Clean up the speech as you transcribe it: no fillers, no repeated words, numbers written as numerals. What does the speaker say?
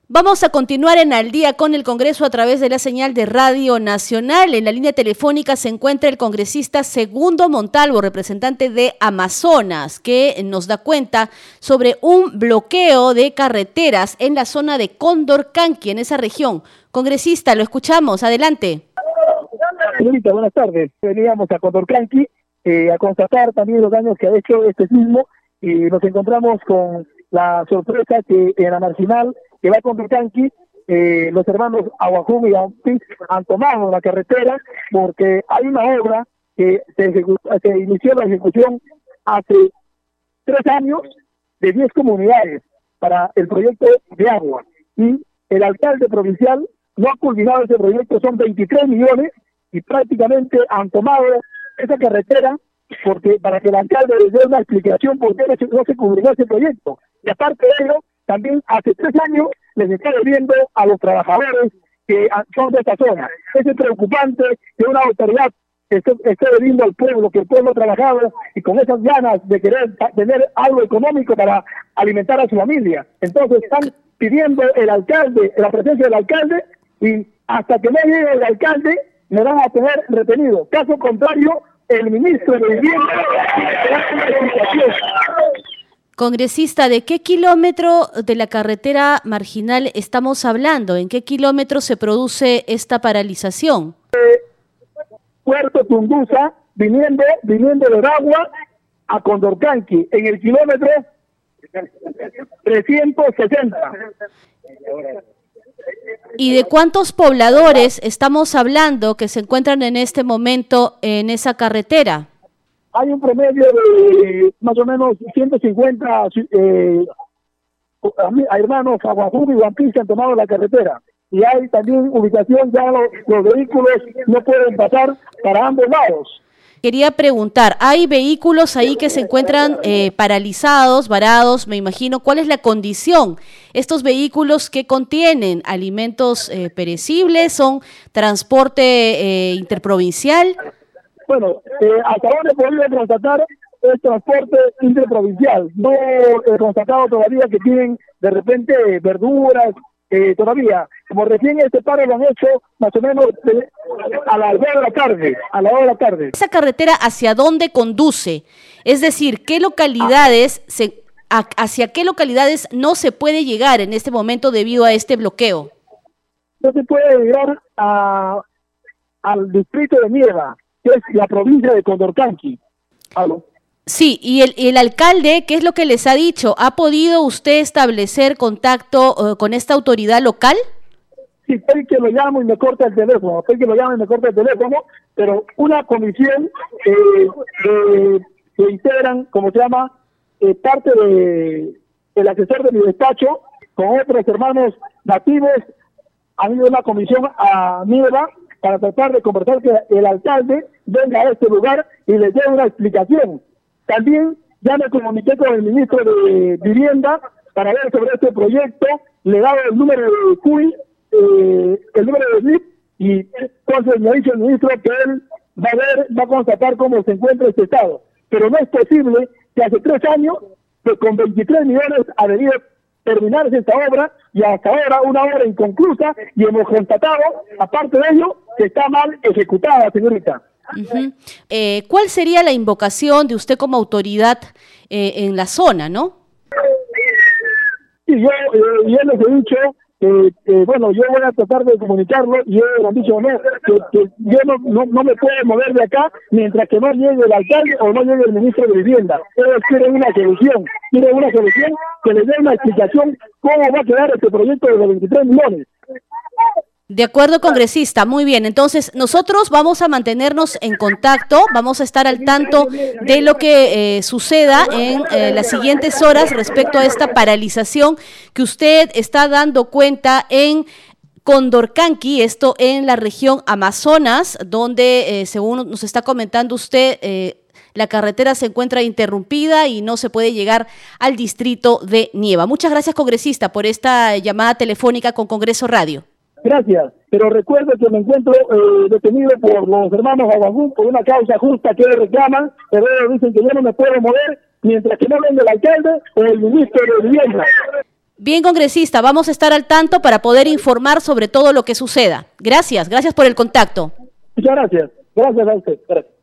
Vamos a continuar en Al Día con el Congreso a través de la señal de Radio Nacional. En la línea telefónica se encuentra el congresista Segundo Montalvo, representante de Amazonas, que nos da cuenta sobre un bloqueo de carreteras en la zona de Condorcanqui, en esa región. Congresista, lo escuchamos. Adelante. Señorita, buenas tardes. Veníamos a Condorcanqui a constatar también los daños que ha hecho este sismo y nos encontramos con la sorpresa que en la marginal que va a Condorcanqui, los hermanos Aguajún y Ampis han tomado la carretera porque hay una obra que se inició la ejecución hace 3 años de 10 comunidades para el proyecto de agua y el alcalde provincial no ha culminado ese proyecto, son 23 millones y prácticamente han tomado esa carretera porque para que el alcalde les dé una explicación por qué no se culminó ese proyecto. Y aparte de ello, también hace 3 años les está debiendo a los trabajadores que son de esta zona. Es preocupante que una autoridad esté debiendo al pueblo, que el pueblo ha trabajado y con esas ganas de querer tener algo económico para alimentar a su familia. Entonces están pidiendo el alcalde, la presencia del alcalde, y hasta que no llegue el alcalde me van a tener retenido. Caso contrario, el ministro de Vivienda será una situación. Congresista, ¿de qué kilómetro de la carretera marginal estamos hablando? ¿En qué kilómetro se produce esta paralización? Puerto Tunduza, viniendo de Agua a Condorcanqui, en el kilómetro 360. ¿Y de cuántos pobladores estamos hablando que se encuentran en este momento en esa carretera? Hay un promedio de más o menos 150 hermanos Aguajún y Guampí que han tomado la carretera. Y hay también ubicación, ya los vehículos no pueden pasar para ambos lados. Quería preguntar, ¿hay vehículos ahí que se encuentran paralizados, varados? Me imagino, ¿cuál es la condición? ¿Estos vehículos qué contienen? ¿Alimentos perecibles? ¿Son transporte interprovincial? Bueno, hasta ahora he podido constatar el transporte interprovincial. No he constatado todavía que tienen de repente verduras, todavía. Como recién este paro lo han hecho más o menos a la hora de la tarde. ¿Esa carretera hacia dónde conduce? Es decir, ¿qué localidades hacia qué localidades no se puede llegar en este momento debido a este bloqueo? No se puede llegar al distrito de Nieva, que es la provincia de Condorcanqui. ¿Aló? Sí, y el alcalde, ¿qué es lo que les ha dicho? ¿Ha podido usted establecer contacto con esta autoridad local? Sí, estoy que lo llamo y me corta el teléfono, pero una comisión que integran, como se llama, parte del asesor de mi despacho, con otros hermanos nativos, han ido una comisión a Nieva para tratar de conversar que el alcalde venga a este lugar y les dé una explicación. También ya me comuniqué con el ministro de Vivienda para ver sobre este proyecto, le he dado el número de CUI, el número de SNIP, y entonces me ha dicho el ministro que él va a constatar cómo se encuentra este estado. Pero no es posible que hace 3 años, que con 23 millones ha debido terminarse esta obra, y hasta ahora una obra inconclusa, y hemos constatado, aparte de ello, que está mal ejecutada, señorita. Uh-huh. ¿Cuál sería la invocación de usted como autoridad en la zona, no? Sí, yo les he dicho, bueno, yo voy a tratar de comunicarlo, y ellos han dicho que yo no me puedo mover de acá mientras que no llegue el alcalde o no llegue el ministro de Vivienda. Ellos quieren una solución que les dé una explicación cómo va a quedar este proyecto de los 23 millones. De acuerdo, congresista, muy bien. Entonces, nosotros vamos a mantenernos en contacto, vamos a estar al tanto de lo que suceda en las siguientes horas respecto a esta paralización que usted está dando cuenta en Condorcanqui, esto en la región Amazonas, donde, según nos está comentando usted, la carretera se encuentra interrumpida y no se puede llegar al distrito de Nieva. Muchas gracias, congresista, por esta llamada telefónica con Congreso Radio. Gracias, pero recuerdo que me encuentro detenido por los hermanos Aguajún por una causa justa que ellos reclaman, pero ellos dicen que yo no me puedo mover mientras que no venga el alcalde o el ministro de Vivienda. Bien, congresista, vamos a estar al tanto para poder informar sobre todo lo que suceda. Gracias por el contacto. Muchas gracias. Gracias a usted. Gracias.